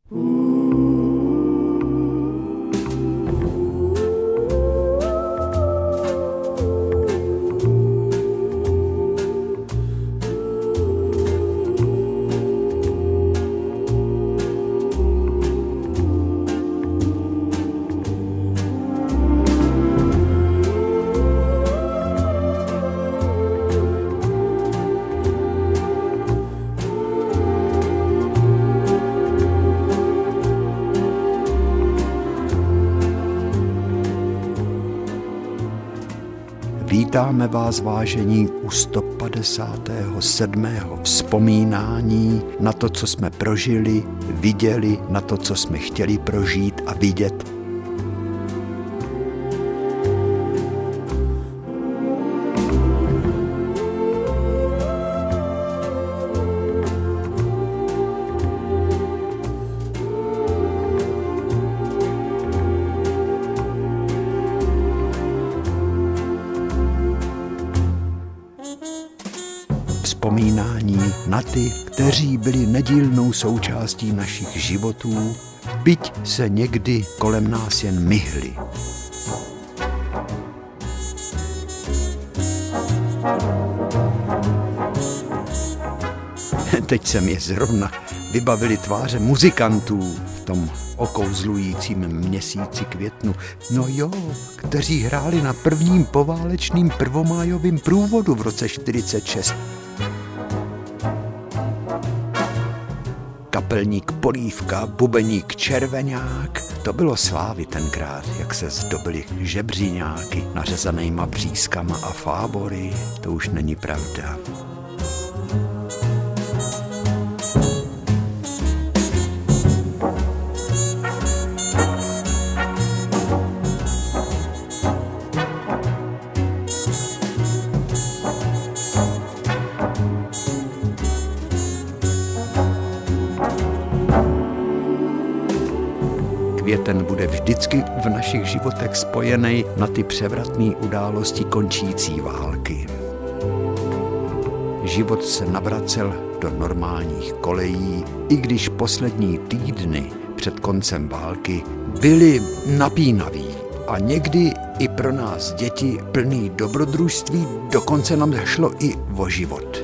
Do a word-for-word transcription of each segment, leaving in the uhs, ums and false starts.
Vítáme vás, vážení, u sto padesátého sedmého vzpomínání na to, co jsme prožili, viděli, na to, co jsme chtěli prožít a vidět. Vzpomínání na ty, kteří byli nedílnou součástí našich životů, byť se někdy kolem nás jen myhli. Teď se mi zrovna vybavili tváře muzikantů v tom okouzlujícím měsíci květnu. No jo, kteří hráli na prvním poválečným prvomájovým průvodu v roce čtyřicet šest. Kapelník Polívka, bubeník Červeňák, to bylo slávy tenkrát, jak se zdobily žebříňáky nařezanýma břízkama a fábory, to už není pravda. Květen bude vždycky v našich životech spojený na ty převratné události končící války. Život se navracel do normálních kolejí, i když poslední týdny před koncem války byly napínaví a někdy i pro nás děti plný dobrodružství, dokonce nám šlo i o život.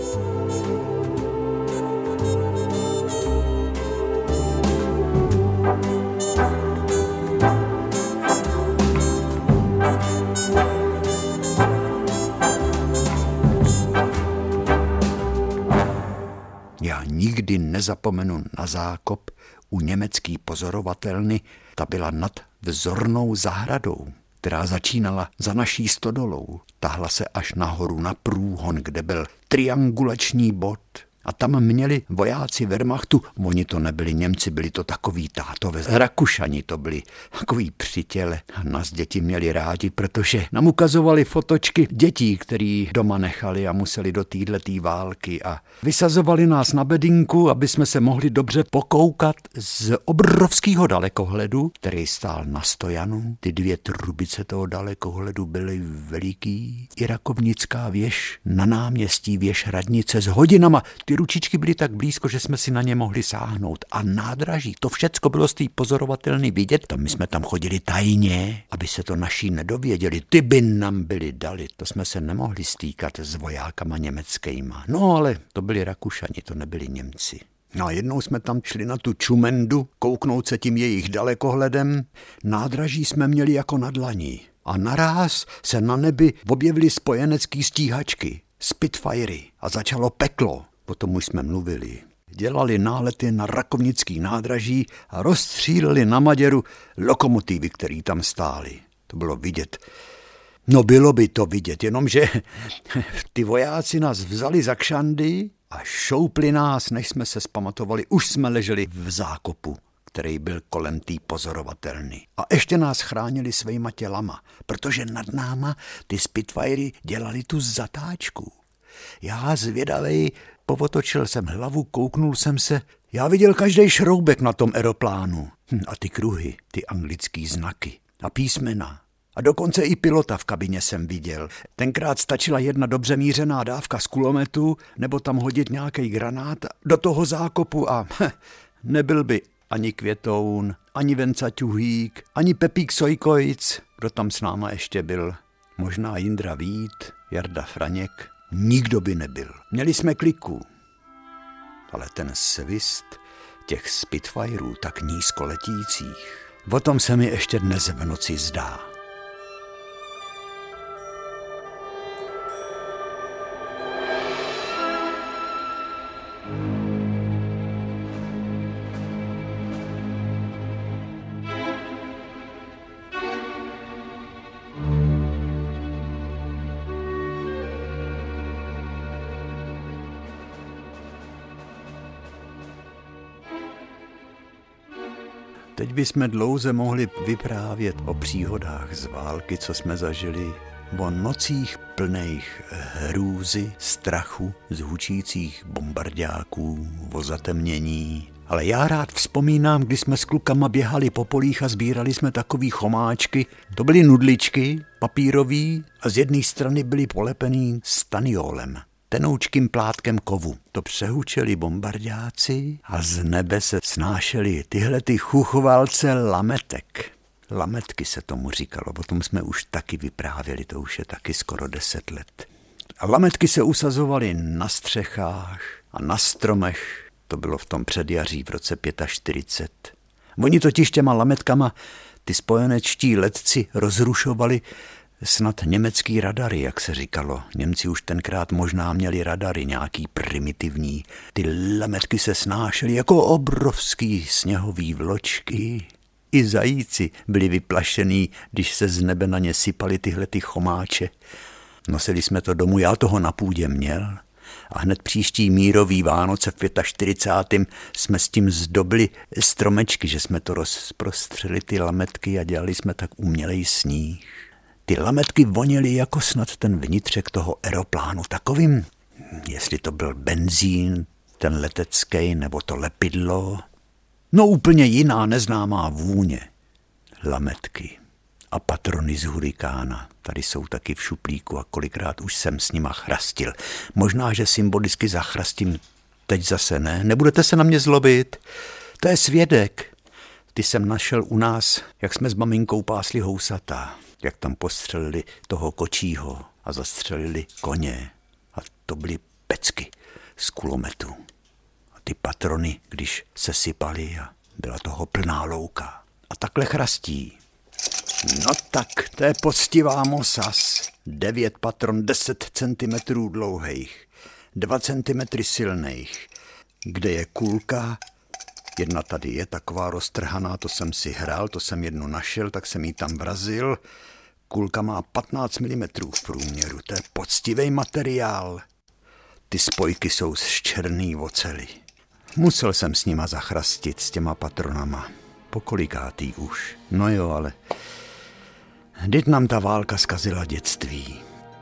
Já nikdy nezapomenu na zákop u německý pozorovatelny, ta byla nad vzornou zahradou, která začínala za naší stodolou. Tahla se až nahoru na průhon, kde byl triangulační bod. A tam měli vojáci Wehrmachtu, oni to nebyli Němci, byli to takový tátové, Rakušani to byli, takový přitěle. A nás děti měli rádi, protože nám ukazovali fotočky dětí, který doma nechali a museli do téhletý války a vysazovali nás na bedinku, aby jsme se mohli dobře pokoukat z obrovského dalekohledu, který stál na stojanu. Ty dvě trubice toho dalekohledu byly veliký. I Rakovnická věž na náměstí, věž radnice s hodinama. Ty ručičky byly tak blízko, že jsme si na ně mohli sáhnout. A nádraží, to všecko bylo z té pozorovatelny vidět. Tam my jsme tam chodili tajně, aby se to naši nedověděli. Ty by nám byli dali. To jsme se nemohli stýkat s vojákama německýma. No ale to byli Rakušani, to nebyli Němci. No a jednou jsme tam šli na tu čumendu, kouknout se tím jejich dalekohledem. Nádraží jsme měli jako na dlani. A naráz se na nebi objevily spojenecký stíhačky, Spitfiry, a začalo peklo. O tom už jsme mluvili. Dělali nálety na Rakovnický nádraží a rozstříleli na Maděru lokomotivy, které tam stály. To bylo vidět. No bylo by to vidět, jenomže ty vojáci nás vzali za kšandy a šoupli nás, než jsme se zpamatovali. Už jsme leželi v zákopu, který byl kolem té pozorovatelny. A ještě nás chránili svýma tělama, protože nad náma ty Spitfiry dělali tu zatáčku. Já zvědavej povotočil jsem hlavu, kouknul jsem se. Já viděl každý šroubek na tom aeroplánu. Hm, a ty kruhy, ty anglický znaky a písmena. A dokonce i pilota v kabině jsem viděl. Tenkrát stačila jedna dobře mířená dávka z kulometu nebo tam hodit nějaký granát do toho zákopu a heh, nebyl by ani Květoun, ani Venca Tuhýk, ani Pepík Sojkojc. Kdo tam s náma ještě byl? Možná Jindra Vít, Jarda Franěk. Nikdo by nebyl. Měli jsme kliku. Ale ten svist těch Spitfireů tak nízko letících, o tom se mi ještě dnes v noci zdá. Teď bychom dlouze mohli vyprávět o příhodách z války, co jsme zažili, o nocích plných hrůzy, strachu, z hučících bombardáků, o zatemnění. Ale já rád vzpomínám, když jsme s klukama běhali po polích a sbírali jsme takový chomáčky. To byly nudličky, papírový, a z jedné strany byly polepený staniolem, tenoučkým plátkem kovu. To přehučeli bombardáci a z nebe se snášely tyhle ty chuchvalce lametek. Lametky se tomu říkalo, o tom jsme už taky vyprávěli, to už je taky skoro deset let. A lametky se usazovaly na střechách a na stromech, to bylo v tom předjaří v roce čtyřicet pět. Oni totiž těma lametkama ty spojenečtí letci rozrušovali snad německý radary, jak se říkalo. Němci už tenkrát možná měli radary nějaký primitivní. Ty lametky se snášely jako obrovský sněhový vločky. I zajíci byli vyplašený, když se z nebe na ně sypaly tyhle ty chomáče. Nosili jsme to domů, já toho na půdě měl. A hned příští mírový Vánoce v čtyřicátém pátém jsme s tím zdobili stromečky, že jsme to rozprostřeli ty lametky a dělali jsme tak umělej sníh. Ty lametky voněly jako snad ten vnitřek toho aeroplánu takovým, jestli to byl benzín, ten letecký, nebo to lepidlo. No úplně jiná neznámá vůně. Lametky a patrony z hurikána. Tady jsou taky v šuplíku a kolikrát už jsem s nima chrastil. Možná, že symbolicky zachrastím, teď zase ne. Nebudete se na mě zlobit? To je svědek. Ty jsem našel u nás, jak jsme s maminkou pásli housata, jak tam postřelili toho kočího a zastřelili koně. A to byly pecky z kulometu. A ty patrony, když se sypaly a byla toho plná louka. A takhle chrastí. No tak, to je poctivá Mosas. Devět patron, deset centimetrů dlouhých, dva centimetry silných. Kde je kulka? Jedna tady je taková roztrhaná, to jsem si hrál, to jsem jednu našel, tak jsem ji tam vrazil. Kulka má patnáct milimetrů v průměru, to je poctivý materiál. Ty spojky jsou z černý oceli. Musel jsem s nima zachrastit, s těma patronama. Pokolikátý už. No jo, ale vždyť nám ta válka zkazila dětství.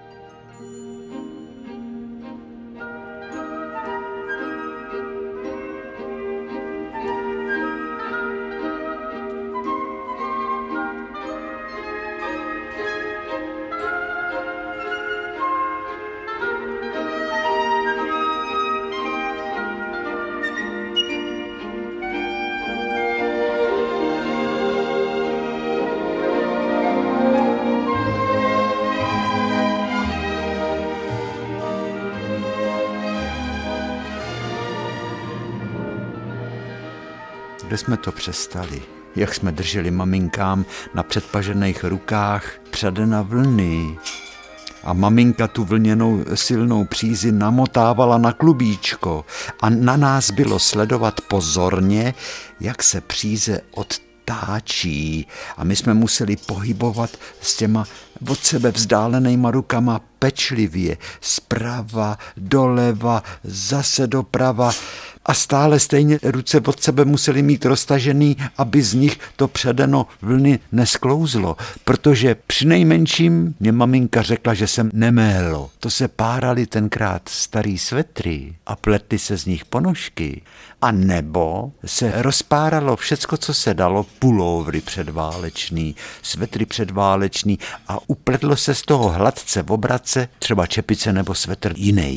Kde jsme to přestali? Jak jsme drželi maminkám na předpažených rukách předena vlny. A maminka tu vlněnou silnou přízi namotávala na klubíčko a na nás bylo sledovat pozorně, jak se příze odtáčí a my jsme museli pohybovat s těma od sebe vzdálenýma rukama pečlivě, zprava, doleva, zase doprava. A stále stejně ruce od sebe museli mít roztažený, aby z nich to předeno vlny nesklouzlo. Protože přinejmenším mě maminka řekla, že jsem nemélo. To se párali tenkrát starý svetry a pletly se z nich ponožky. A nebo se rozpáralo všecko, co se dalo, pulóvry předválečný, svetry předválečný a upletlo se z toho hladce v obrace, třeba čepice nebo svetr jiný.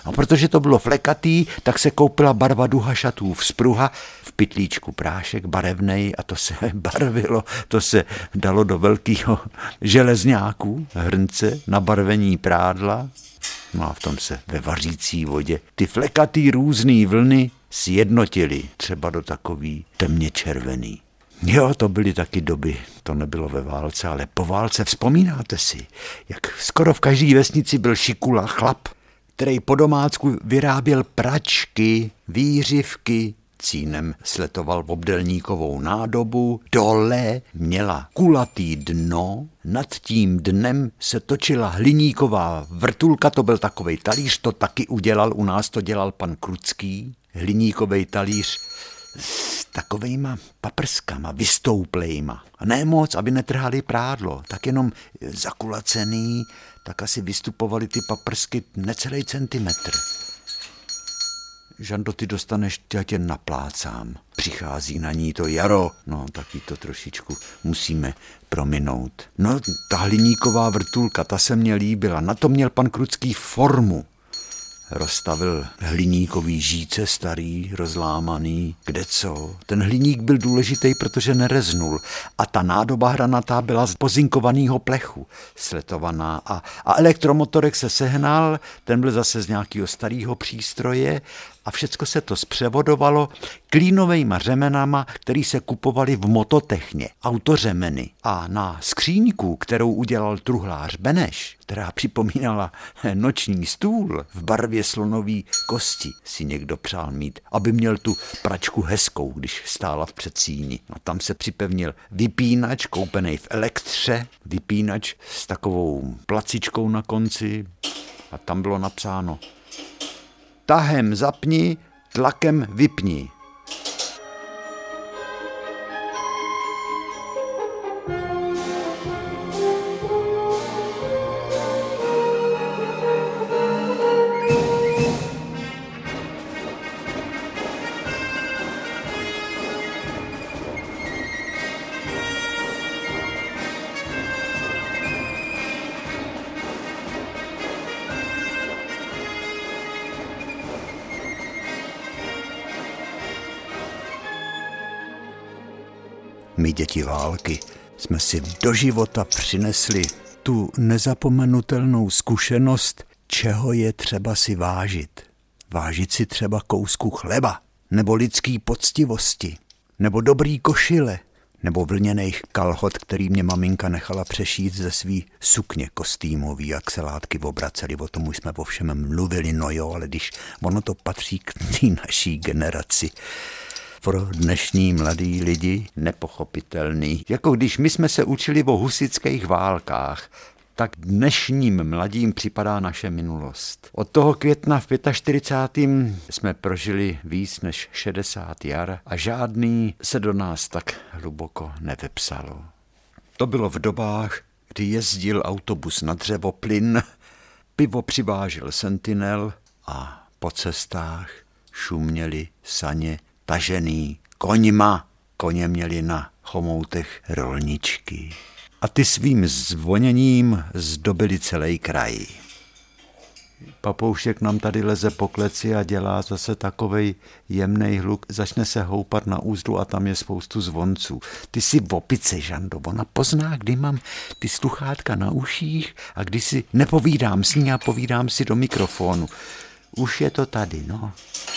A protože to bylo flekatý, tak se koupila barva duha šatů vzpruha, v pytlíčku prášek barevnej a to se barvilo, to se dalo do velkého železňáku, hrnce, na barvení prádla. No a v tom se ve vařící vodě ty flekatý různý vlny sjednotily, třeba do takový temně červený. Jo, to byly taky doby, to nebylo ve válce, ale po válce vzpomínáte si, jak skoro v každé vesnici byl šikula chlap, který po domácku vyráběl pračky, výřivky, cínem sletoval obdelníkovou nádobu, dole měla kulatý dno, nad tím dnem se točila hliníková vrtulka, to byl takovej talíř, to taky udělal, u nás to dělal pan Krucký, hliníkovej talíř s takovejma paprskama, vystouplejma. A ne moc, aby netrhali prádlo, tak jenom zakulacený, tak asi vystupovaly ty paprsky necelý centimetr. Žando, ty dostaneš, já tě naplácám. Přichází na ní to jaro, no taky to trošičku musíme prominout. No ta hliníková vrtulka, ta se mně líbila, na to měl pan Krucký formu. Rozstavil hliníkový žíce starý, rozlámaný, kde co. Ten hliník byl důležitý, protože nereznul a ta nádoba hranatá byla z pozinkovaného plechu, sletovaná a, a elektromotorek se sehnal, ten byl zase z nějakého starého přístroje a všecko se to zpřevodovalo klínovejma řemenama, který se kupovaly v mototechně, autořemeny. A na skříňku, kterou udělal truhlář Beneš, která připomínala noční stůl v barvě slonový kosti, si někdo přál mít, aby měl tu pračku hezkou, když stála v předsíni. A tam se připevnil vypínač, koupený v Elektře, vypínač s takovou placičkou na konci a tam bylo napsáno: tahem zapni, tlakem vypni. My děti války jsme si do života přinesli tu nezapomenutelnou zkušenost, čeho je třeba si vážit. Vážit si třeba kousku chleba, nebo lidský poctivosti, nebo dobrý košile, nebo vlněných kalhot, který mě maminka nechala přešít ze svý sukně kostýmový, jak se látky obracely. O tom už jsme o všem mluvili, no jo, ale když ono to patří k té naší generaci. Pro dnešní mladý lidi nepochopitelný. Jako když my jsme se učili o husitských válkách, tak dnešním mladým připadá naše minulost. Od toho května v čtyřicátém pátém jsme prožili víc než šedesát jar a žádný se do nás tak hluboko nevepsalo. To bylo v dobách, kdy jezdil autobus na dřevoplyn, pivo přivážel Sentinel a po cestách šuměly saně tažený koňma. Koně měli na chomoutech rolničky. A ty svým zvoněním zdobili celý kraj. Papoušek nám tady leze po kleci a dělá zase takovej jemnej hluk. Začne se houpat na úzdu a tam je spoustu zvonců. Ty si v opice, Žando, ona pozná, kdy mám ty sluchátka na uších a kdy si nepovídám s ní a povídám si do mikrofonu. Už je to tady, no.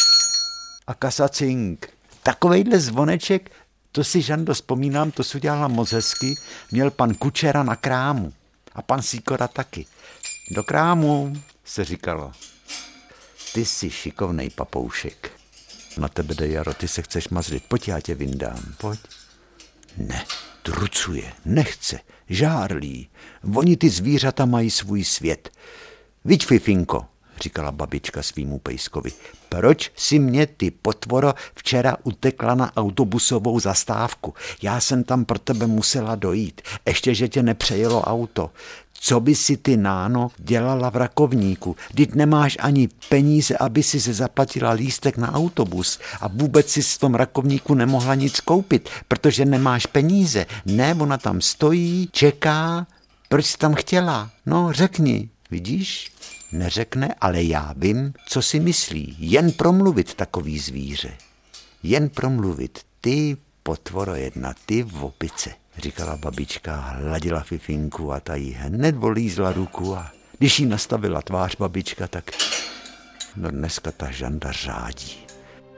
A kasacink. Takovejhle zvoneček, to si, Žando, vzpomínám, to si udělala moc hezky, měl pan Kučera na krámu a pan Sýkora taky. Do krámu, se říkalo. Ty jsi šikovnej papoušek. Na tebe jde jaro, ty se chceš mazlit, pojď, já tě vyndám, pojď. Ne, trucuje, nechce, žárlí. Oni ty zvířata mají svůj svět. Viď, Fifinko, říkala babička svýmu pejskovi, proč si mě, ty potvoro, včera utekla na autobusovou zastávku? Já jsem tam pro tebe musela dojít, ještě, že tě nepřejelo auto. Co by si ty, náno, dělala v Rakovníku? Vždyť nemáš ani peníze, aby si se zaplatila lístek na autobus a vůbec si v tom Rakovníku nemohla nic koupit, protože nemáš peníze. Ne, ona tam stojí, čeká. Proč jsi tam chtěla? No, řekni, vidíš? neřekne, ale já vím, co si myslí. Jen promluvit takový zvíře. Jen promluvit. Ty potvoro jedna, ty opice, říkala babička, hladila Fifinku a ta jí hned volízla ruku a když jí nastavila tvář babička, tak no dneska ta žanda řádí.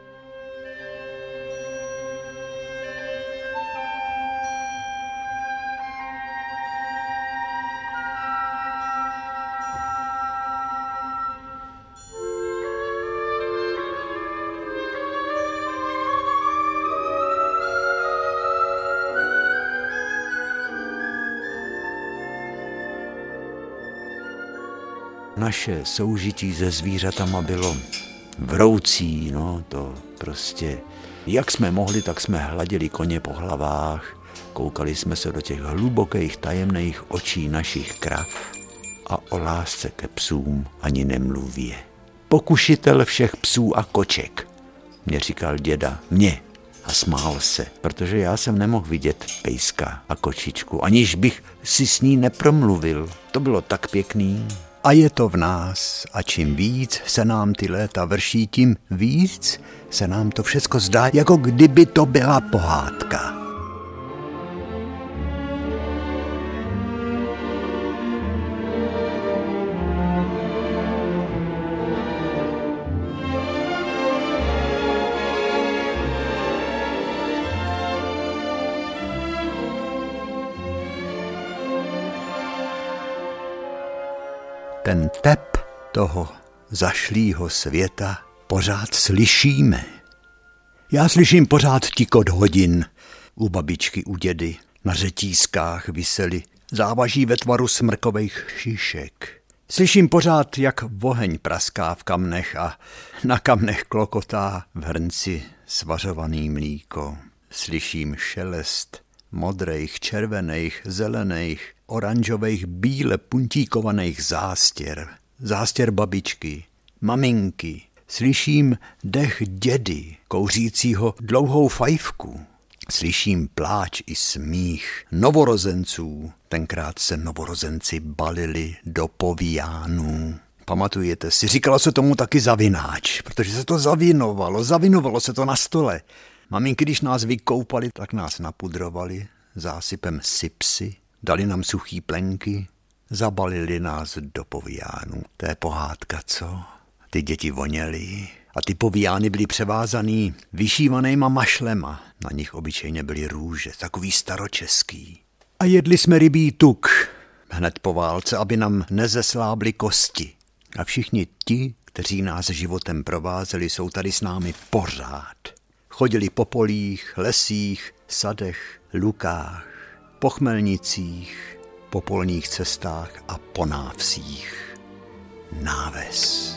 Naše soužití se zvířatama bylo vroucí, no to prostě, jak jsme mohli, tak jsme hladili koně po hlavách, koukali jsme se do těch hlubokých tajemných očí našich krav a o lásce ke psům ani nemluvě. Pokušitel všech psů a koček, mě říkal děda, mě, a smál se, protože já jsem nemohl vidět pejska a kočičku, aniž bych si s ní nepromluvil. To bylo tak pěkný. A je to v nás. A čím víc se nám ty léta vrší, tím víc se nám to všecko zdá, jako kdyby to byla pohádka. Ten tep toho zašlýho světa pořád slyšíme. Já slyším pořád tikot hodin. U babičky, u dědy na řetízkách visely závaží ve tvaru smrkových šišek. Slyším pořád, jak oheň praská v kamnech a na kamnech klokotá v hrnci svařovaný mlíko. Slyším šelest modrejch, červených, zelených, oranžových, bíle puntíkovaných zástěr. Zástěr babičky, maminky. Slyším dech dědy, kouřícího dlouhou fajfku. Slyším pláč i smích novorozenců. Tenkrát se novorozenci balili do povíjánů. Pamatujete si, říkalo se tomu taky zavináč, protože se to zavinovalo, zavinovalo se to na stole. Maminky, když nás vykoupali, tak nás napudrovali zásypem sypsy, dali nám suchý plenky, zabalili nás do povíjánů. To je pohádka, co? Ty děti voněly a ty povíjány byly převázaný vyšívanýma mašlema. Na nich obyčejně byly růže, takový staročeský. A jedli jsme rybí tuk hned po válce, aby nám nezeslábly kosti. A všichni ti, kteří nás životem provázeli, jsou tady s námi pořád. Chodili po polích, lesích, sadech, lukách, po chmelnicích, po polních cestách a po návsích. Náves.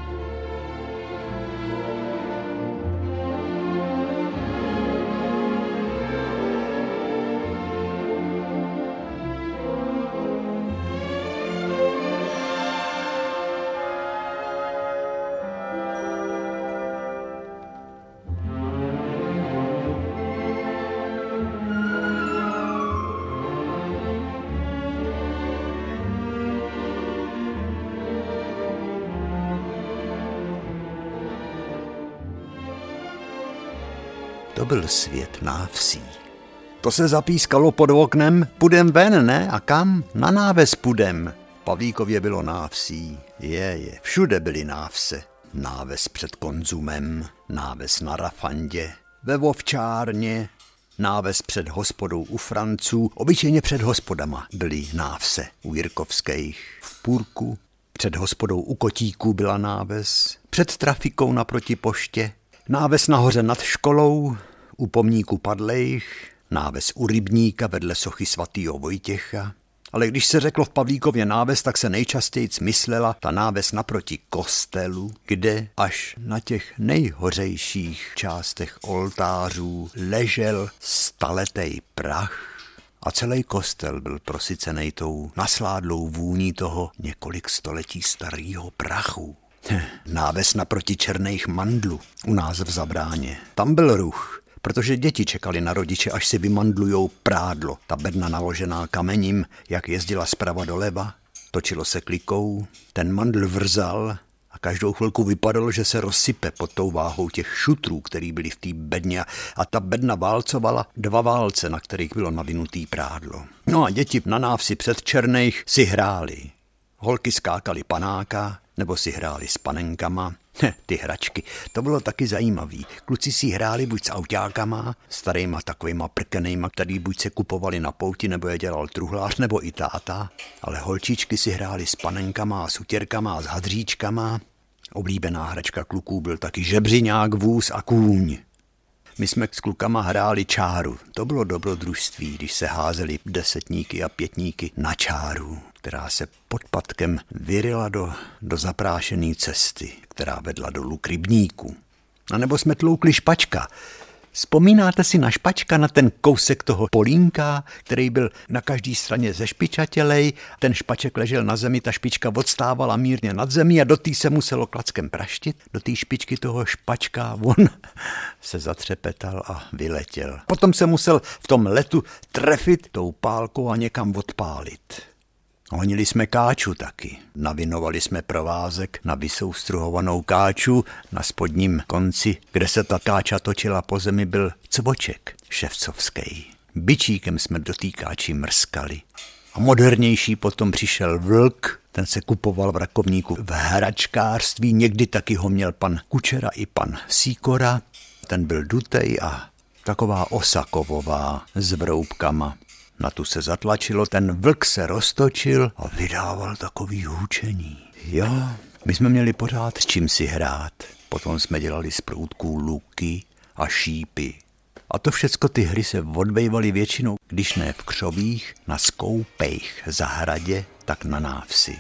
To byl svět návsí. To se zapískalo pod oknem, půjdem ven, ne? A kam? Na náves půjdem. V Pavlíkově bylo návsí. Je, je, všude byly návse. Náves před konzumem, náves na Rafandě, ve Vovčárně, náves před hospodou u Franců, obyčejně před hospodama byly návse u Jirkovských. V Půrku, před hospodou u Kotíků byla náves, před trafikou naproti poště, náves nahoře nad školou, u pomníku padlejch, náves u rybníka vedle sochy svatýho Vojtěcha. Ale když se řeklo v Pavlíkově náves, tak se nejčastěji myslela ta náves naproti kostelu, kde až na těch nejhořejších částech oltářů ležel staletej prach a celý kostel byl prosycenej tou nasládlou vůní toho několik století starého prachu. Náves naproti černých mandlu u nás v Zabráně. Tam byl ruch, protože děti čekali na rodiče, až si vymandlujou prádlo. Ta bedna naložená kamením, jak jezdila zprava doleva. Točilo se klikou, ten mandl vrzal a každou chvilku vypadalo, že se rozsype pod tou váhou těch šutrů, který byli v té bedně, a ta bedna válcovala dva válce, na kterých bylo navinutý prádlo. No a děti na návsi před Černejch si hráli. Holky skákaly panáka, nebo si hráli s panenkama. He, ty hračky, to bylo taky zajímavý. Kluci si hráli buď s autákama, starýma takovýma prkenejma, který buď se kupovali na pouti, nebo je dělal truhlář, nebo i táta. Ale holčičky si hráli s panenkama, s utěrkama a s hadříčkama. Oblíbená hračka kluků byl taky žebřiňák, vůz a kůň. My jsme s klukama hráli čáru. To bylo dobrodružství, když se házeli desetníky a pětníky na čáru, která se pod patkem vyrila do, do zaprášené cesty, která vedla dolů k rybníku. A nebo jsme tloukli špačka. Vzpomínáte si na špačka, na ten kousek toho polínka, který byl na každé straně ze špičatělej, ten špaček ležel na zemi, ta špička odstávala mírně nad zemí a do té se muselo klackem praštit, do té špičky toho špačka, on se zatřepetal a vyletěl. Potom se musel v tom letu trefit tou pálkou a někam odpálit. Honili jsme káču taky. Navinovali jsme provázek na vysoustruhovanou káču. Na spodním konci, kde se ta káča točila po zemi, byl cvoček ševcovský. Bičíkem jsme do té káči mrskali. A modernější potom přišel vlk, ten se kupoval v Rakovníku v hračkářství. Někdy taky ho měl pan Kučera i pan Sýkora. Ten byl dutej a taková osa kovová s vroubkama. Na tu se zatlačilo, ten vlk se roztočil a vydával takový hůčení. Jo, my jsme měli pořád s čím si hrát. Potom jsme dělali z proutků luky a šípy. A to všecko ty hry se odbejvaly většinou, když ne v křovích, na skoupejch, zahradě, tak na návsi.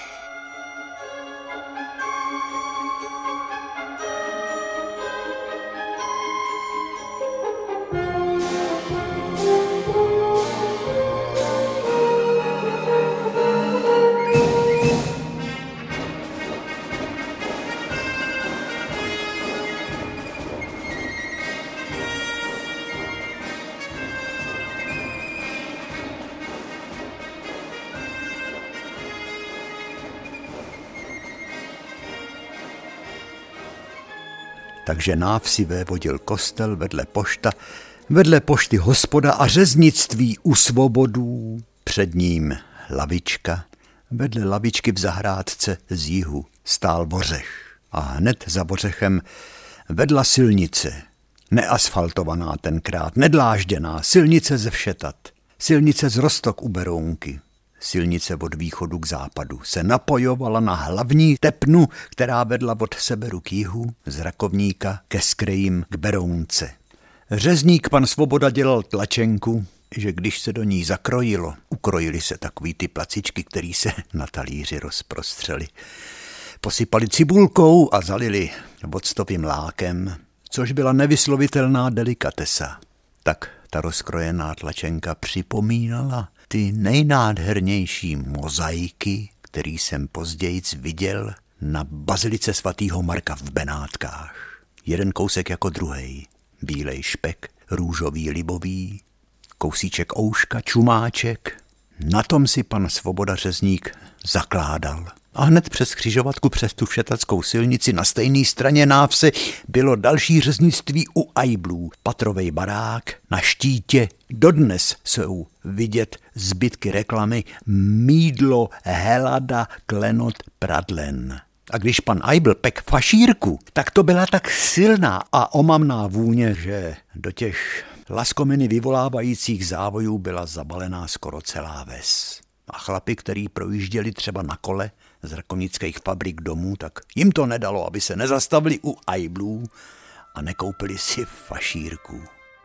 Takže návsi vévodil kostel, vedle pošta, vedle pošty hospoda a řeznictví u Svobodů, před ním lavička, vedle lavičky v zahrádce z jihu stál vořech a hned za vořechem vedla silnice, neasfaltovaná tenkrát, nedlážděná, silnice ze Všetat, silnice z Roztok u Berounky. Silnice od východu k západu se napojovala na hlavní tepnu, která vedla od severu k jihu, z Rakovníka ke Skrejím k Berounce. Řezník pan Svoboda dělal tlačenku, že když se do ní zakrojilo, ukrojili se takový ty placičky, který se na talíři rozprostřely. Posypali cibulkou a zalili octovým mlákem, což byla nevyslovitelná delikatesa. Tak ta rozkrojená tlačenka připomínala ty nejnádhernější mozaiky, který jsem později viděl na bazilice svatého Marka v Benátkách. Jeden kousek jako druhej. Bílej špek, růžový libový, kousíček ouška, čumáček. Na tom si pan Svoboda řezník zakládal. A hned přes křižovatku přes tu Všetatskou silnici na stejné straně návse bylo další řeznictví u Ajblů. Patrovej barák na štítě. Dodnes jsou vidět zbytky reklamy Mídlo, helada, klenot, pradlen. A když pan Ajbl pek fašírku, tak to byla tak silná a omamná vůně, že do těch laskominy vyvolávajících závojů byla zabalená skoro celá ves. A chlapi, který projížděli třeba na kole z rakovnických fabrik domů, tak jim to nedalo, aby se nezastavili u Ajblů a nekoupili si fašírku.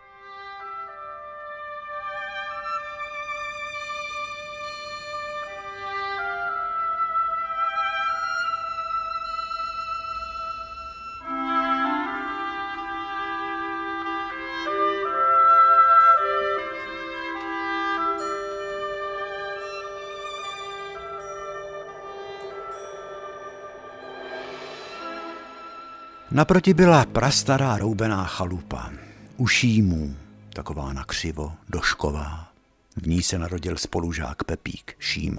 Naproti byla prastará roubená chalupa, u Šímů, taková nakřivo, došková. V ní se narodil spolužák Pepík Šíma.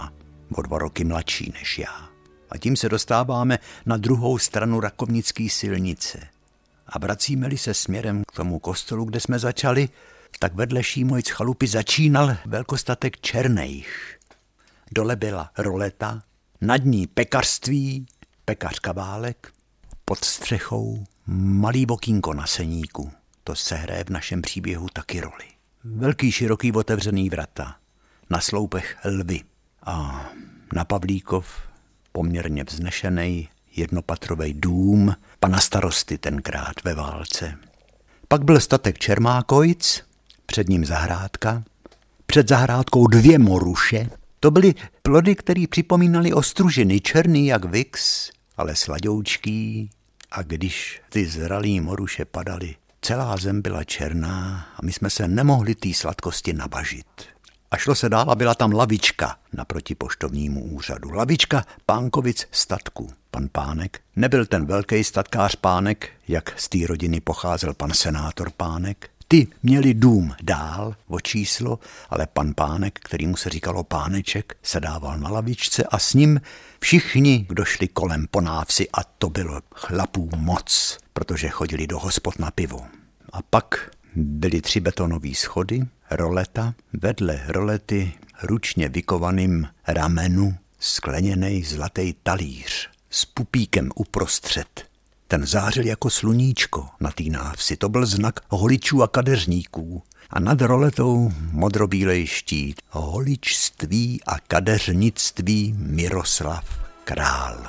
o dva roky mladší než já. A tím se dostáváme na druhou stranu Rakovnické silnice. A vracíme-li se směrem k tomu kostelu, kde jsme začali, tak vedle Šímojic chalupy začínal velkostatek Černejch. Dole byla roleta, nad ní pekařství, pekařka Válek, pod střechou malý okýnko na seníku. To se hraje v našem příběhu taky roli. Velký široký otevřený vrata, na sloupech lvy a na Pavlíkov poměrně vznešený jednopatrový dům pana starosty tenkrát ve válce. Pak byl statek Čermákojc, před ním zahrádka, před zahrádkou dvě moruše. To byly plody, které připomínaly ostružiny, černý jak vix, ale sladoučký. A když ty zralý moruše padaly, celá zem byla černá a my jsme se nemohli té sladkosti nabažit. A šlo se dál a byla tam lavička naproti poštovnímu úřadu. Lavička Pánkovic statku. Pan Pánek nebyl ten velký statkář Pánek, jak z té rodiny pocházel pan senátor Pánek. Ty měli dům dál o číslo, ale pan Pánek, kterýmu se říkalo Páneček, se dával na lavičce a s ním všichni, kdo šli kolem po návsi, a to bylo chlapů moc, protože chodili do hospod na pivo. A pak byly tři betonové schody, roleta, vedle rolety ručně vykovaným ramenu skleněnej zlatý talíř s pupíkem uprostřed. Ten zářil jako sluníčko na té návsi, to byl znak holičů a kadeřníků. A nad roletou modrobílej štít, holičství a kadeřnictví Miroslav Král.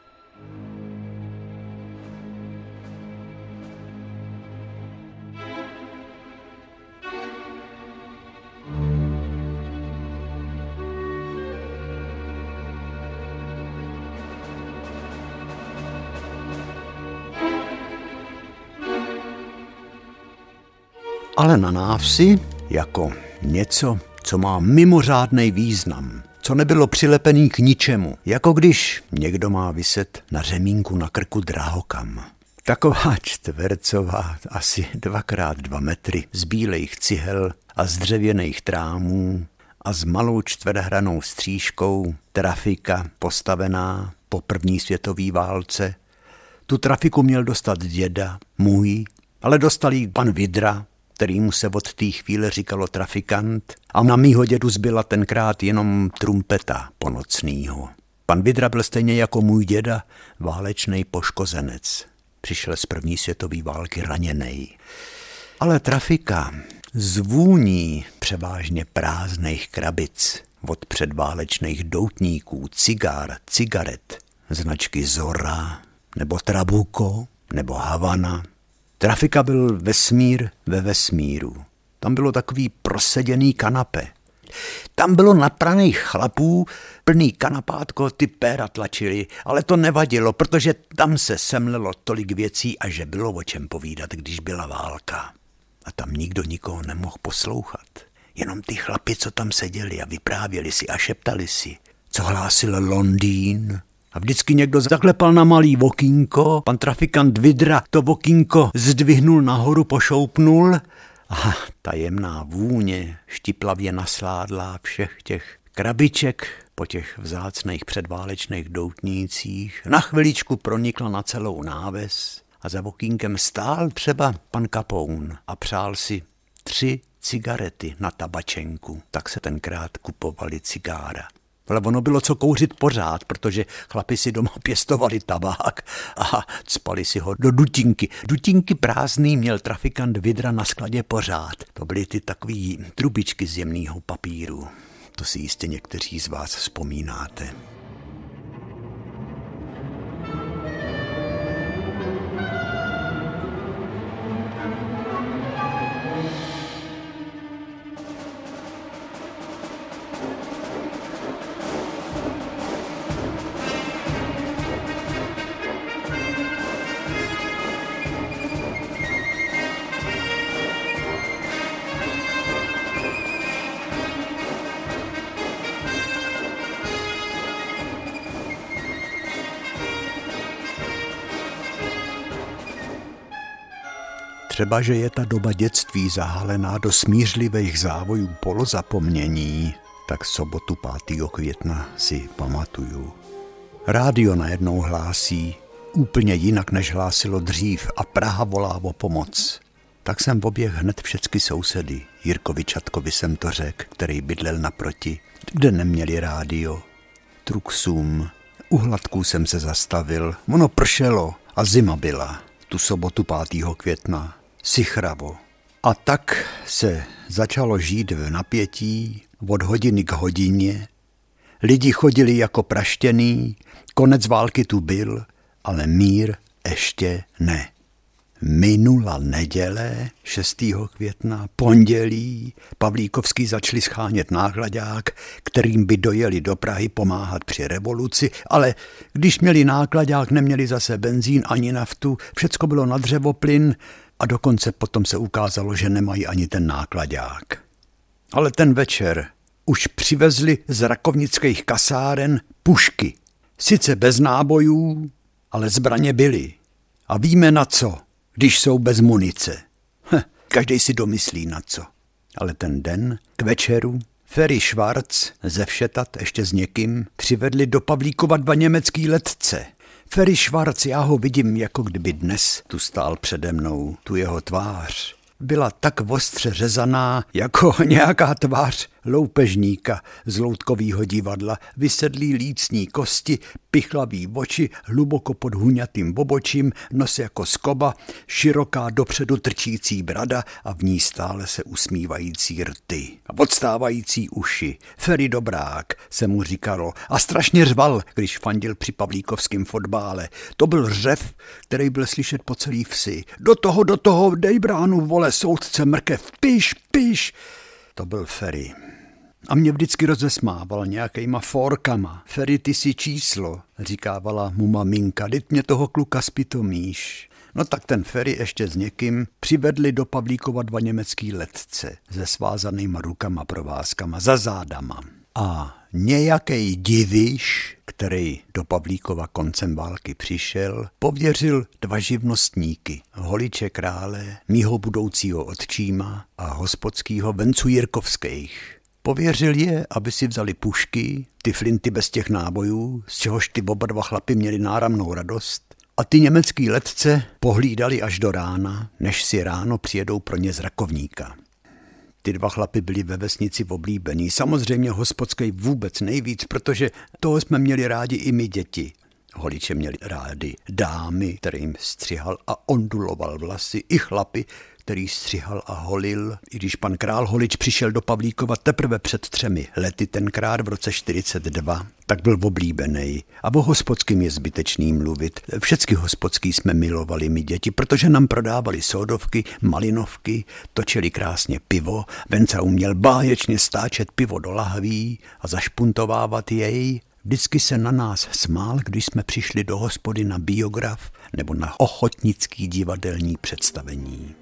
Ale na návsi jako něco, co má mimořádný význam, co nebylo přilepený k ničemu, jako když někdo má viset na řemínku na krku drahokam. Taková čtvercová, asi dvakrát dva metry, z bílejch cihel a z dřevěných trámů a s malou čtverhranou střížkou, trafika postavená po první světové válce. Tu trafiku měl dostat děda, můj, ale dostal jí pan Vidra, kterýmu se od té chvíle říkalo trafikant, a na mýho dědu zbyla tenkrát jenom trumpeta ponocnýho. Pan Vidra byl stejně jako můj děda válečnej poškozenec. Přišel z první světové války raněnej. Ale trafika zvůní převážně prázdných krabic od předválečných doutníků, cigár, cigaret, značky Zora, nebo Trabuco, nebo Havana. Trafika byl vesmír ve vesmíru. Tam bylo takový proseděný kanape. Tam bylo napraných chlapů, plný kanapátko, ty péra tlačili, ale to nevadilo, protože tam se semlelo tolik věcí a že bylo o čem povídat, když byla válka. A tam nikdo nikoho nemohl poslouchat. Jenom ty chlapi, co tam seděli a vyprávěli si a šeptali si, co hlásil Londýn. A vždycky někdo zaklepal na malý okýnko, pan trafikant Vidra to okýnko zdvihnul nahoru, pošoupnul a tajemná vůně štiplavě nasládla všech těch krabiček po těch vzácných předválečných doutnících na chviličku pronikla na celou náves a za okýnkem stál třeba pan Kapoun a přál si tři cigarety na tabačenku. Tak se tenkrát kupovali cigára. Ale ono bylo co kouřit pořád, protože chlapi si doma pěstovali tabák a cpali si ho do dutinky. Dutinky prázdný měl trafikant Vidra na skladě pořád. To byly ty takový trubičky z jemného papíru. To si jistě někteří z vás vzpomínáte. Třeba, že je ta doba dětství zahalená do smířlivých závojů polozapomnění, Tak sobotu pátého května si pamatuju. Rádio najednou hlásí úplně jinak, než hlásilo dřív a Praha volá o pomoc. Tak jsem oběhl hned všecky sousedy. Jirkovi Čatkovi jsem to řekl, který bydlel naproti, kde neměli rádio. Truxům, u Hladků jsem se zastavil, ono pršelo a zima byla. Tu sobotu pátého května, sichravo. A tak se začalo žít v napětí od hodiny k hodině. Lidi chodili jako praštěný, konec války tu byl, ale mír ještě ne. Minula neděle, šestého května, pondělí, Pavlíkovský začali schánět nákladák, kterým by dojeli do Prahy pomáhat při revoluci, ale když měli nákladák, neměli zase benzín ani naftu, všecko bylo na dřevoplyn a dokonce potom se ukázalo, že nemají ani ten nákladák. Ale ten večer už přivezli z rakovnických kasáren pušky. Sice bez nábojů, ale zbraně byly. A víme na co, když jsou bez munice. Heh, každej si domyslí na co. Ale ten den, k večeru, Ferry Schwarz ze Všetat ještě s někým přivedli do Pavlíkova dva německý letce. Ferry Schwarz, já ho vidím, jako kdyby dnes tu stál přede mnou, tu jeho tvář. Byla tak ostře řezaná, jako nějaká tvář loupežníka z loutkovýho divadla, vysedlý lícní kosti, pichlavý oči, hluboko pod huňatým bobočím, nos jako skoba, široká dopředu trčící brada a v ní stále se usmívající rty a odstávající uši. Ferry Dobrák se mu říkalo a strašně řval, když fandil při pavlíkovském fotbále. To byl řev, který byl slyšet po celý vsi. Do toho, do toho, dej bránu, vole, soudce mrkev, piš, piš. To byl Ferry. A mě vždycky rozesmával nějakýma forkama. Ferry, ty si číslo, říkávala mu maminka, teď mě toho kluka spitomíš. No tak ten Ferry ještě s někým přivedli do Pavlíkova dva německý letce se svázanýma rukama provázkama za zádama. A nějaký diviš, který do Pavlíkova koncem války přišel, pověřil dva živnostníky, Holiče Krále, mýho budoucího otčíma a hospodskýho Vencu Jirkovských. Pověřil je, aby si vzali pušky, ty flinty bez těch nábojů, z čehož ty oba dva chlapi měli náramnou radost, a ty německý letce pohlídali až do rána, než si ráno přijedou pro ně z Rakovníka. Ty dva chlapy byli ve vesnici oblíbení, samozřejmě hospodský vůbec nejvíc, protože toho jsme měli rádi i my děti. Holiče měli rádi dámy, kterým střihal a onduloval vlasy, i chlapy, který střihal a holil. I když pan král Holič přišel do Pavlíkova teprve před třemi lety, tenkrát v roce čtyřicet dva, tak byl oblíbený. A o hospodským je zbytečný mluvit. Všecky hospodský jsme milovali my děti, protože nám prodávali sódovky, malinovky, točili krásně pivo. Venca uměl báječně stáčet pivo do lahví a zašpuntovávat jej. Vždycky se na nás smál, když jsme přišli do hospody na biograf nebo na ochotnický divadelní představení.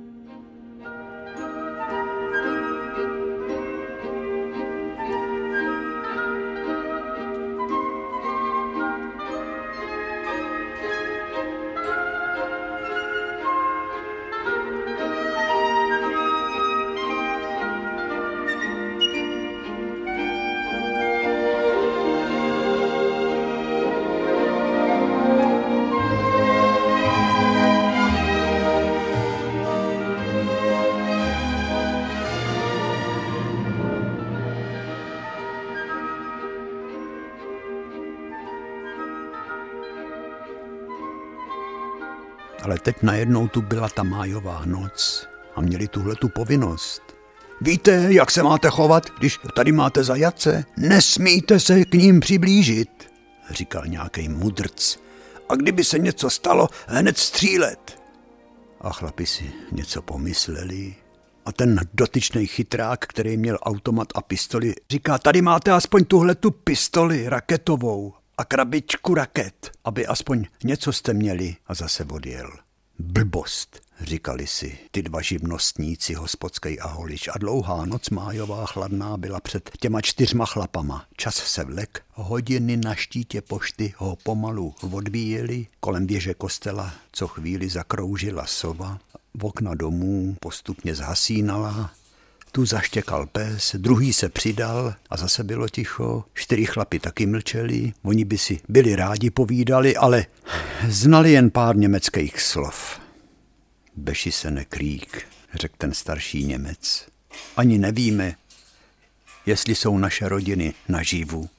Ale teď najednou tu byla ta májová noc a měli tuhle tu povinnost. Víte, jak se máte chovat, když tady máte zajatce? Nesmíte se k ním přiblížit, říkal nějaký mudrc. A kdyby se něco stalo, hned střílet. A chlapi si něco pomysleli. A ten dotyčný chytrák, který měl automat a pistoli, říká, tady máte aspoň tuhle tu pistoli raketovou a krabičku raket, aby aspoň něco jste měli, a zase odjel. Blbost, říkali si ty dva živnostníci, hospodský a Holič, a dlouhá noc májová chladná byla před těma čtyřma chlapama. Čas se vlek, hodiny na štítě pošty ho pomalu odbíjeli, kolem věže kostela co chvíli zakroužila sova, okna domů postupně zhasínala. Tu zaštěkal pes, druhý se přidal a zase bylo ticho. Čtyři chlapi taky mlčeli, oni by si byli rádi povídali, ale znali jen pár německých slov. Beši se nekrík, řekl ten starší Němec. Ani nevíme, jestli jsou naše rodiny naživu.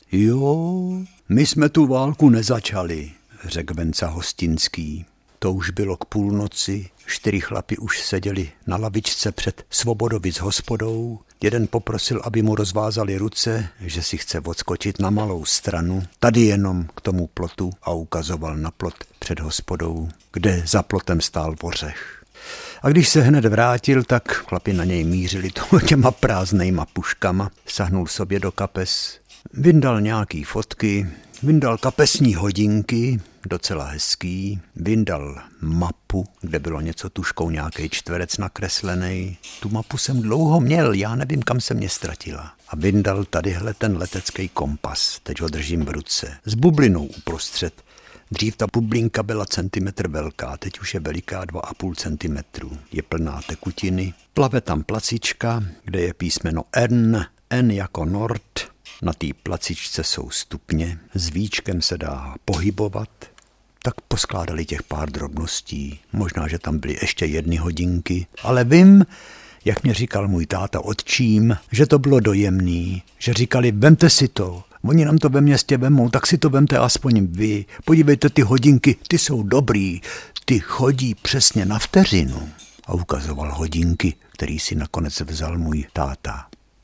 Jo, my jsme tu válku nezačali, řekl Venca Hostinský. To už bylo k půlnoci, čtyři chlapi už seděli na lavičce před Svobodovic hospodou. Jeden poprosil, aby mu rozvázali ruce, že si chce odskočit na malou stranu, tady jenom k tomu plotu, a ukazoval na plot před hospodou, kde za plotem stál vořech. A když se hned vrátil, tak chlapi na něj mířili těma prázdnejma puškama, sahnul sobě do kapes, vyndal nějaký fotky, vyndal kapesní hodinky, docela hezký, vyndal mapu, kde bylo něco tuškou, nějaký čtverec nakreslený. Tu mapu jsem dlouho měl, já nevím, kam se mě ztratila. A vyndal tadyhle ten letecký kompas, teď ho držím v ruce, s bublinou uprostřed. Dřív ta bublinka byla centimetr velká, teď už je veliká dva a půl centimetru. Je plná tekutiny, plave tam placička, kde je písmeno N, N jako Nord. Na té placičce jsou stupně, s víčkem se dá pohybovat, tak poskládali těch pár drobností. Možná, že tam byly ještě jedny hodinky, ale vím, jak mě říkal můj táta otčím, že to bylo dojemný, že říkali, vemte si to, oni nám to ve městě vemou, tak si to vemte aspoň vy. Podívejte, ty hodinky, ty jsou dobrý, ty chodí přesně na vteřinu. A ukazoval hodinky, který si nakonec vzal můj táta.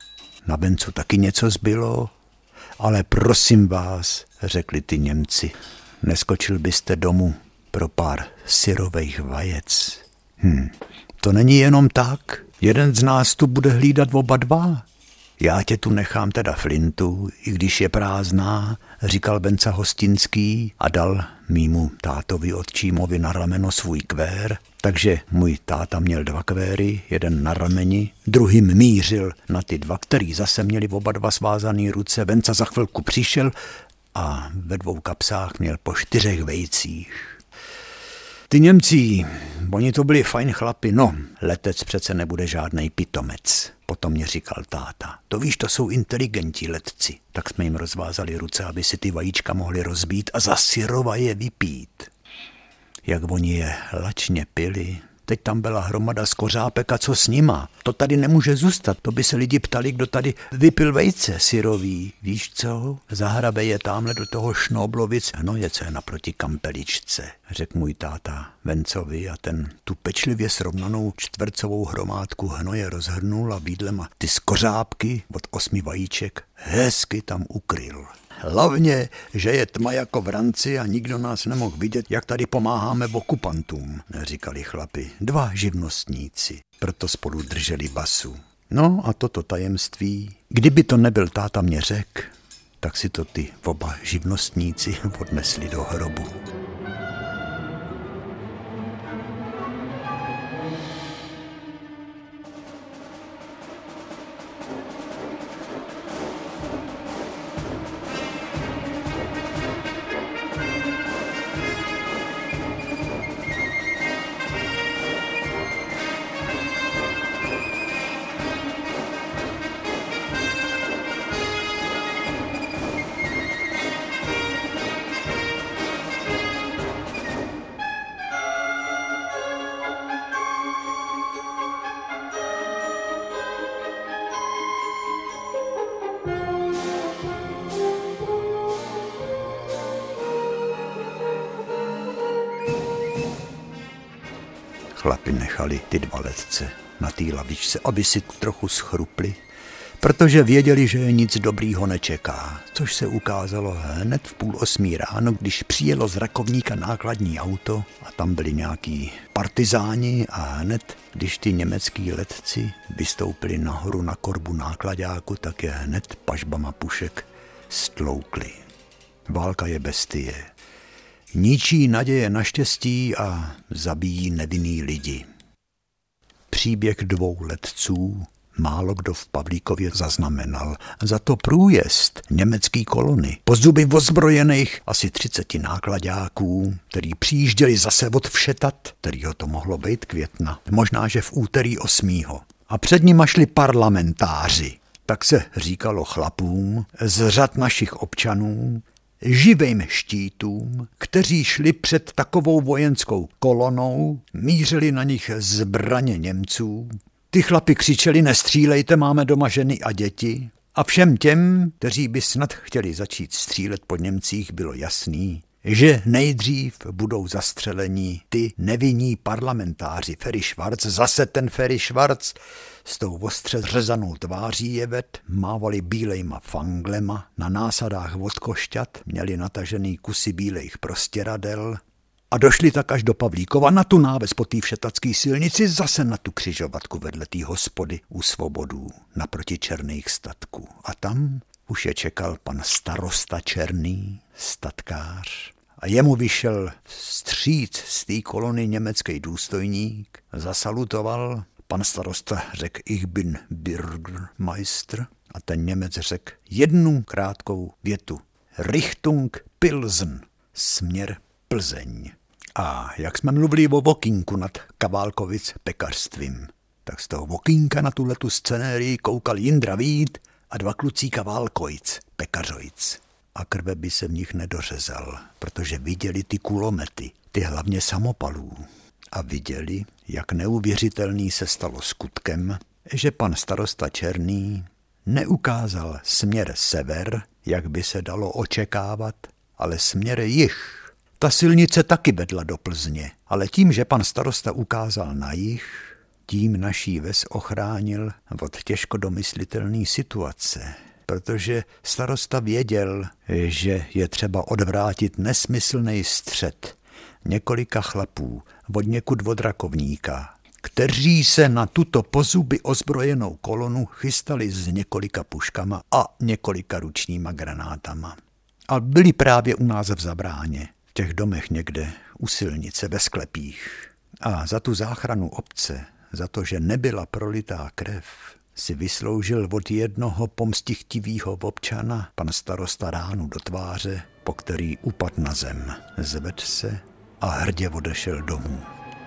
Na vencu taky něco zbylo, ale prosím vás, řekli ty Němci, neskočil byste domů pro pár syrových vajec. Hm, to není jenom tak, jeden z nás tu bude hlídat oba dva. Já tě tu nechám teda flintu, i když je prázdná, říkal Venca Hostinský a dal mýmu tátovi otčímovi na rameno svůj kvér, takže můj táta měl dva kvéry, jeden na rameni, druhým mířil na ty dva, který zase měli oba dva svázaný ruce. Venca za chvilku přišel a ve dvou kapsách měl po čtyřech vejcích. Ty Němci, oni to byli fajn chlapi, no, letec přece nebude žádnej pitomec. Potom mě říkal táta, to víš, to jsou inteligentní letci. Tak jsme jim rozvázali ruce, aby si ty vajíčka mohli rozbít a za syrova je vypít. Jak oni je lačně pili. Teď tam byla hromada skořápek a co s nima? To tady nemůže zůstat, to by se lidi ptali, kdo tady vypil vejce syrový. Víš co? Zahrabe je tamhle do toho Šnoblovic hnoje, co je naproti kampeličce, řekl můj táta Vencovi a ten tu pečlivě srovnanou čtvercovou hromádku hnoje rozhrnul a bídlema ty skořápky od osmi vajíček hezky tam ukryl. Hlavně, že je tma jako v ranci a nikdo nás nemohl vidět, jak tady pomáháme okupantům, říkali chlapi, dva živnostníci, proto spolu drželi basu. No a toto tajemství, kdyby to nebyl táta mě řek, tak si to ty oba živnostníci odnesli do hrobu. Chlapi nechali ty dva letce na té lavičce, aby si trochu schrupli, protože věděli, že je nic dobrýho nečeká, což se ukázalo hned v půl osmí ráno, když přijelo z Rakovníka nákladní auto a tam byli nějaký partizáni a hned, když ty německý letci vystoupili nahoru na korbu nákladáku, tak je hned pažbama pušek stloukli. Válka je bestie. Ničí naděje na štěstí a zabíjí nevinný lidi. Příběh dvou letců málo kdo v Pavlíkově zaznamenal. Za to průjezd německý kolony, po zuby ozbrojených asi třiceti nákladáků, který přijížděli zase od Všetat, kterýho to mohlo být května, možná že v úterý osmého a před nima šli parlamentáři. Tak se říkalo chlapům z řad našich občanů, živým štítům, kteří šli před takovou vojenskou kolonou, mířili na nich zbraně Němců. Ty chlapi křičeli, nestřílejte, máme doma ženy a děti. A všem těm, kteří by snad chtěli začít střílet po Němcích, bylo jasný, že nejdřív budou zastřeleni ty nevinní parlamentáři. Ferry Schwarz, zase ten Ferry Schwarz, s tou ostře řezanou tváří jevet, mávali bílejma fanglema, na násadách od košťat měli natažený kusy bílejch prostěradel a došli tak až do Pavlíkova na tu náves po té všetacký silnici, zase na tu křižovatku vedle té hospody u Svobodů, naproti Černých statků. A tam už je čekal pan starosta Černý, statkář, a jemu vyšel vstříc z té kolony německý důstojník, zasalutoval. Pan starosta řekl, ich bin Bürgermeister, a ten Němec řekl jednu krátkou větu. Richtung Pilsen, směr Plzeň. A jak jsme mluvili o vokínku nad Kaválkovic pekařstvím, tak z toho vokínka na tuhletu scenérii koukal Jindra Vít a dva kluci Kaválkovic, pekařovic. A krve by se v nich nedořezal, protože viděli ty kulomety, ty hlavně samopalů. A viděli, jak neuvěřitelný se stalo skutkem, že pan starosta Černý neukázal směr sever, jak by se dalo očekávat, ale směr jih. Ta silnice taky vedla do Plzně, ale tím, že pan starosta ukázal na jih, tím naší ves ochránil od těžko domyslitelné situace. Protože starosta věděl, že je třeba odvrátit nesmyslný střet několika chlapů od někud od Rakovníka, kteří se na tuto pozuby ozbrojenou kolonu chystali s několika puškama a několika ručníma granátama. A byli právě u nás v Zabráně, v těch domech někde u silnice ve sklepích. A za tu záchranu obce, za to, že nebyla prolitá krev, si vysloužil od jednoho pomstichtivýho občana pan starosta ránu do tváře, po který upad na zem. Zvedl se a hrdě odešel domů.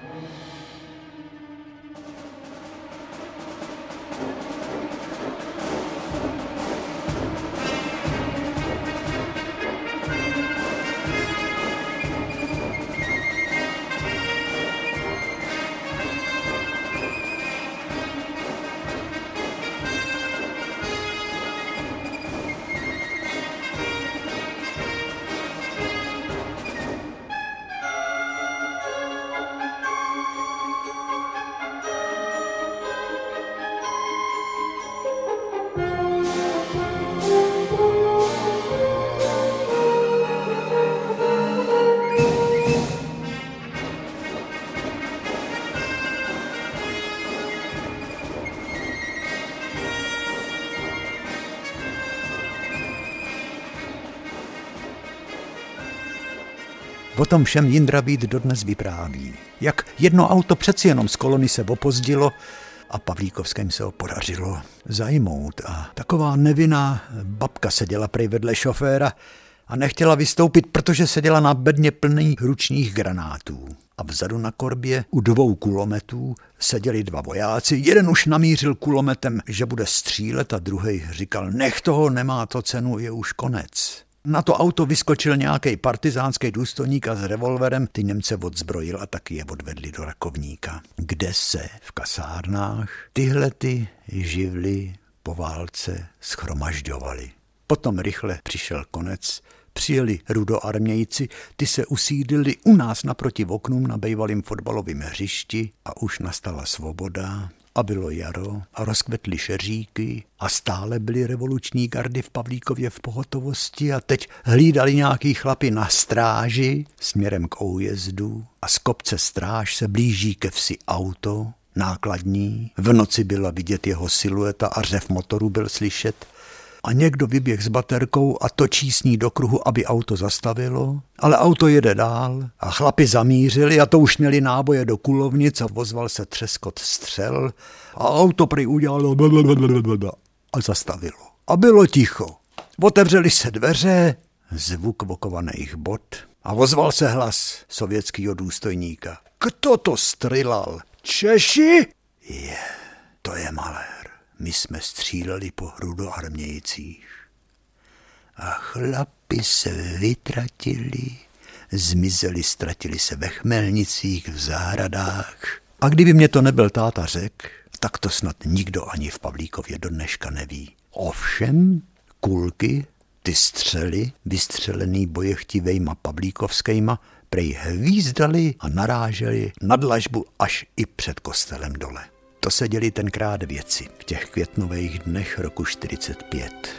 O tom všem Jindra Vít dodnes vypráví. Jak jedno auto přeci jenom z kolony se opozdilo a Pavlíkovským se ho podařilo zajmout. A taková nevinná babka seděla prej vedle šoféra a nechtěla vystoupit, protože seděla na bedně plný ručních granátů. A vzadu na korbě u dvou kulometů seděli dva vojáci. Jeden už namířil kulometem, že bude střílet, a druhej říkal, nech toho, nemá to cenu, je už konec. Na to auto vyskočil nějaký partizánský důstojník a s revolverem ty Němce odzbrojil a taky je odvedli do Rakovníka, kde se v kasárnách tyhle ty živly po válce schromažďovaly. Potom rychle přišel konec, přijeli rudoarmějci, ty se usídlili u nás naproti oknům na bejvalým fotbalovém hřišti a už nastala svoboda. A bylo jaro a rozkvetly šeříky a stále byly revoluční gardy v Pavlíkově v pohotovosti a teď hlídali nějaký chlapi na stráži směrem k újezdu a z kopce stráž se blíží ke vsi auto, nákladní. V noci byla vidět jeho silueta a řev motoru byl slyšet. A někdo vyběh s baterkou a točí s ní do kruhu, aby auto zastavilo, ale auto jede dál a chlapi zamířili a to už měli náboje do kulovnic a ozval se třeskot střel a auto prý udělalo a zastavilo. A bylo ticho. Otevřeli se dveře, zvuk vokovaných bot a ozval se hlas sovětského důstojníka. Kdo to strilal? Češi? Je. to je malér. My jsme stříleli po hrudoarmějcích. A chlapi se vytratili, zmizeli, ztratili se ve chmelnicích, v zahradách. A kdyby mě to nebyl táta řek, tak to snad nikdo ani v Pavlíkově do dneška neví. Ovšem, kulky, ty střely, vystřelený bojechtivejma pavlíkovskejma, prej hvízdali a naráželi na dlažbu až i před kostelem dole. To se děli tenkrát věci v těch květnových dnech roku čtyřicet pět.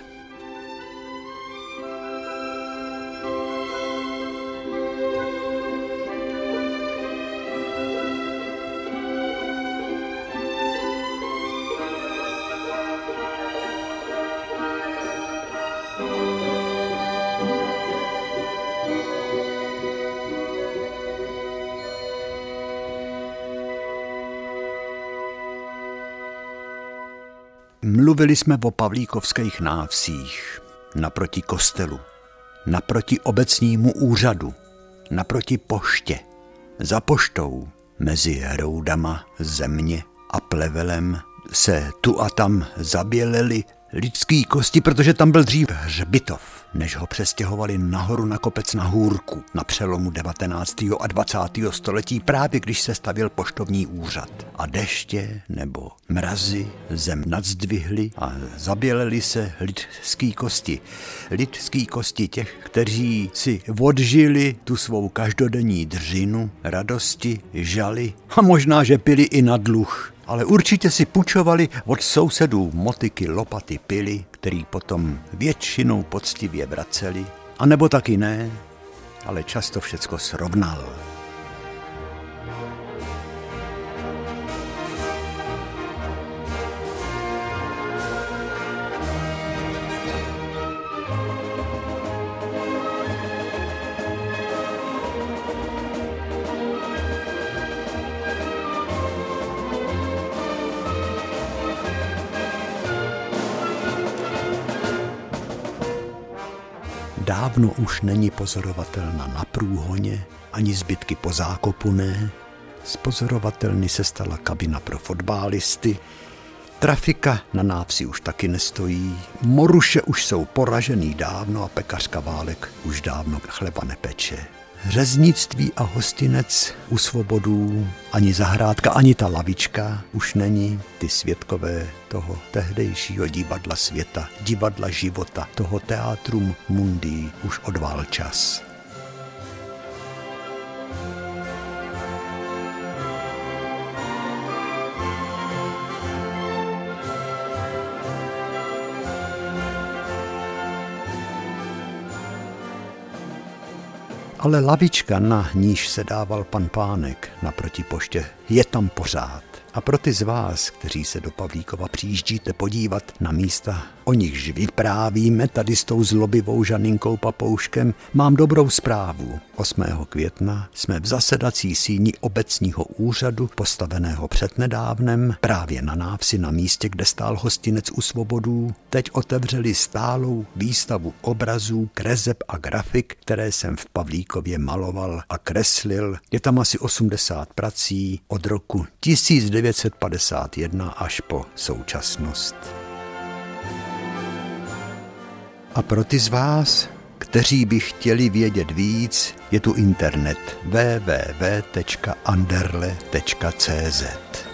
Mluvili jsme o pavlíkovských návsích, naproti kostelu, naproti obecnímu úřadu, naproti poště, za poštou, mezi hroudama země a plevelem se tu a tam zabělely lidský kosti, protože tam byl dřív hřbitov, než ho přestěhovali nahoru na kopec na Hůrku na přelomu devatenáctého a dvacátého století, právě když se stavěl poštovní úřad. A deště nebo mrazy zem nadzdvihly a zabělely se lidský kosti. Lidský kosti těch, kteří si odžili tu svou každodenní dřinu, radosti, žaly a možná, že pili i na dluh. Ale určitě si půjčovali od sousedů motyky, lopaty, pily, který potom většinou poctivě vraceli. A nebo taky ne, ale často všecko srovnal. Dávno už není pozorovatelna na průhoně, ani zbytky po zákopu ne. Z pozorovatelny se stala kabina pro fotbalisty. Trafika na návsi už taky nestojí. Moruše už jsou poražený dávno a pekařka Válek už dávno chleba nepeče. Řeznictví a hostinec u Svobodů, ani zahrádka, ani ta lavička už není. Ty svědkové toho tehdejšího divadla světa, divadla života, toho teátrum mundi už odvál čas. Ale lavička, na níž se dával pan Pánek naproti poště, je tam pořád. A pro ty z vás, kteří se do Pavlíkova přijíždíte podívat na místa, o nichž vyprávíme tady s tou zlobivou Žaninkou Papouškem, mám dobrou zprávu. osmého května jsme v zasedací síni obecního úřadu, postaveného přednedávnem, právě na návsi na místě, kde stál hostinec u Svobodů, teď otevřeli stálou výstavu obrazů, kreseb a grafik, které jsem v Pavlíkově maloval a kreslil. Je tam asi osmdesát prací od roku tisíc devět set padesát jedna až po současnost. A pro ty z vás, kteří by chtěli vědět víc, je tu internet w w w tečka anderle tečka c z.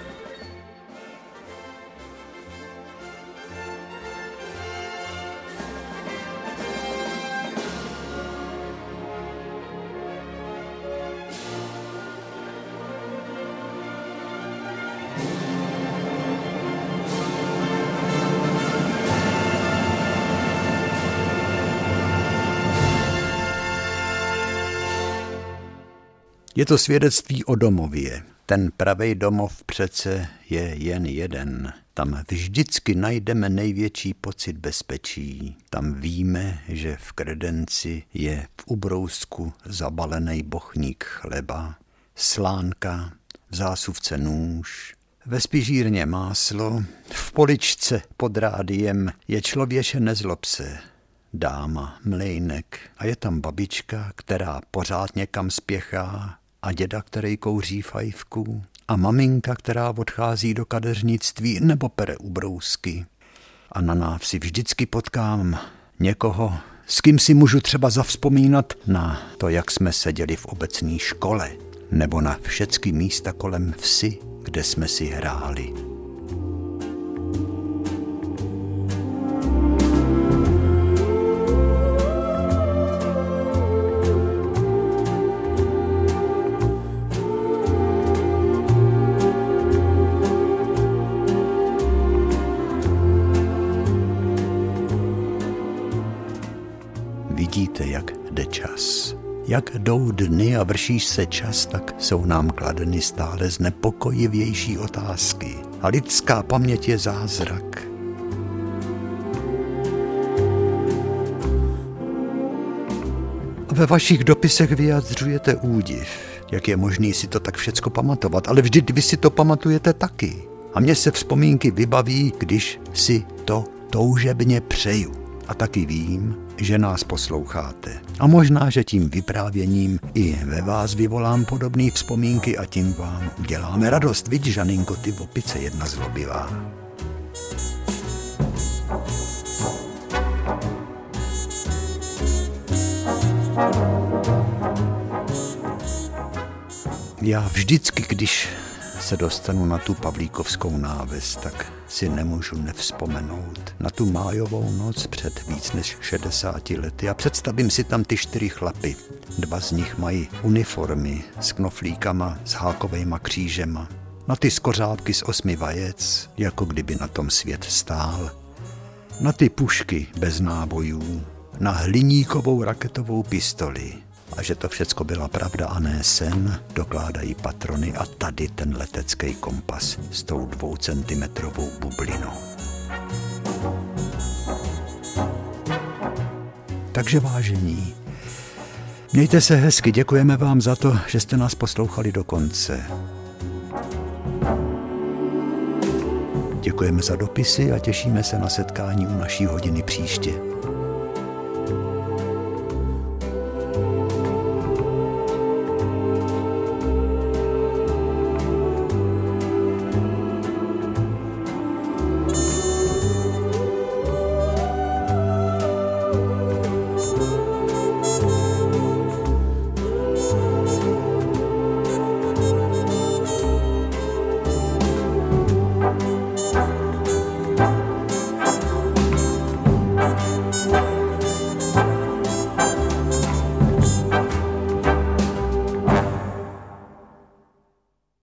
Je to svědectví o domově. Ten pravej domov přece je jen jeden. Tam vždycky najdeme největší pocit bezpečí. Tam víme, že v kredenci je v ubrousku zabalený bochník chleba, slánka, v zásuvce nůž, ve spižírně máslo, v poličce pod rádiem je člověče nezlob se, dáma, mlejnek a je tam babička, která pořád někam spěchá, a děda, který kouří fajfku, a maminka, která odchází do kadeřnictví nebo pere ubrousky. A na návsi vždycky potkám někoho, s kým si můžu třeba zavzpomínat na to, jak jsme seděli v obecné škole, nebo na všechny místa kolem vsi, kde jsme si hráli. Vidíte, jak jde čas. Jak jdou dny a vrší se čas, tak jsou nám kladeny stále znepokojivější otázky. A lidská paměť je zázrak. A ve vašich dopisech vyjadřujete údiv, jak je možný si to tak všecko pamatovat, ale vždyť vy si to pamatujete taky. A mně se vzpomínky vybaví, když si to toužebně přeju. A taky vím, že nás posloucháte. A možná, že tím vyprávěním i ve vás vyvolám podobné vzpomínky a tím vám uděláme radost. Vidíš, Žaninko, ty opice jedna zlobivá. Já vždycky, když se dostanu na tu Pavlíkovskou náves, tak si nemůžu nevzpomenout na tu májovou noc před víc než šedesáti lety a představím si tam ty čtyři chlapy. Dva z nich mají uniformy s knoflíkama, s hákovejma křížema, na ty skořápky z osmi vajec, jako kdyby na tom svět stál, na ty pušky bez nábojů, na hliníkovou raketovou pistoli. A že to všecko byla pravda a ne sen, dokládají patrony a tady ten letecký kompas s tou dvoucentimetrovou bublinou. Takže vážení, mějte se hezky, děkujeme vám za to, že jste nás poslouchali do konce. Děkujeme za dopisy a těšíme se na setkání u naší hodiny příště.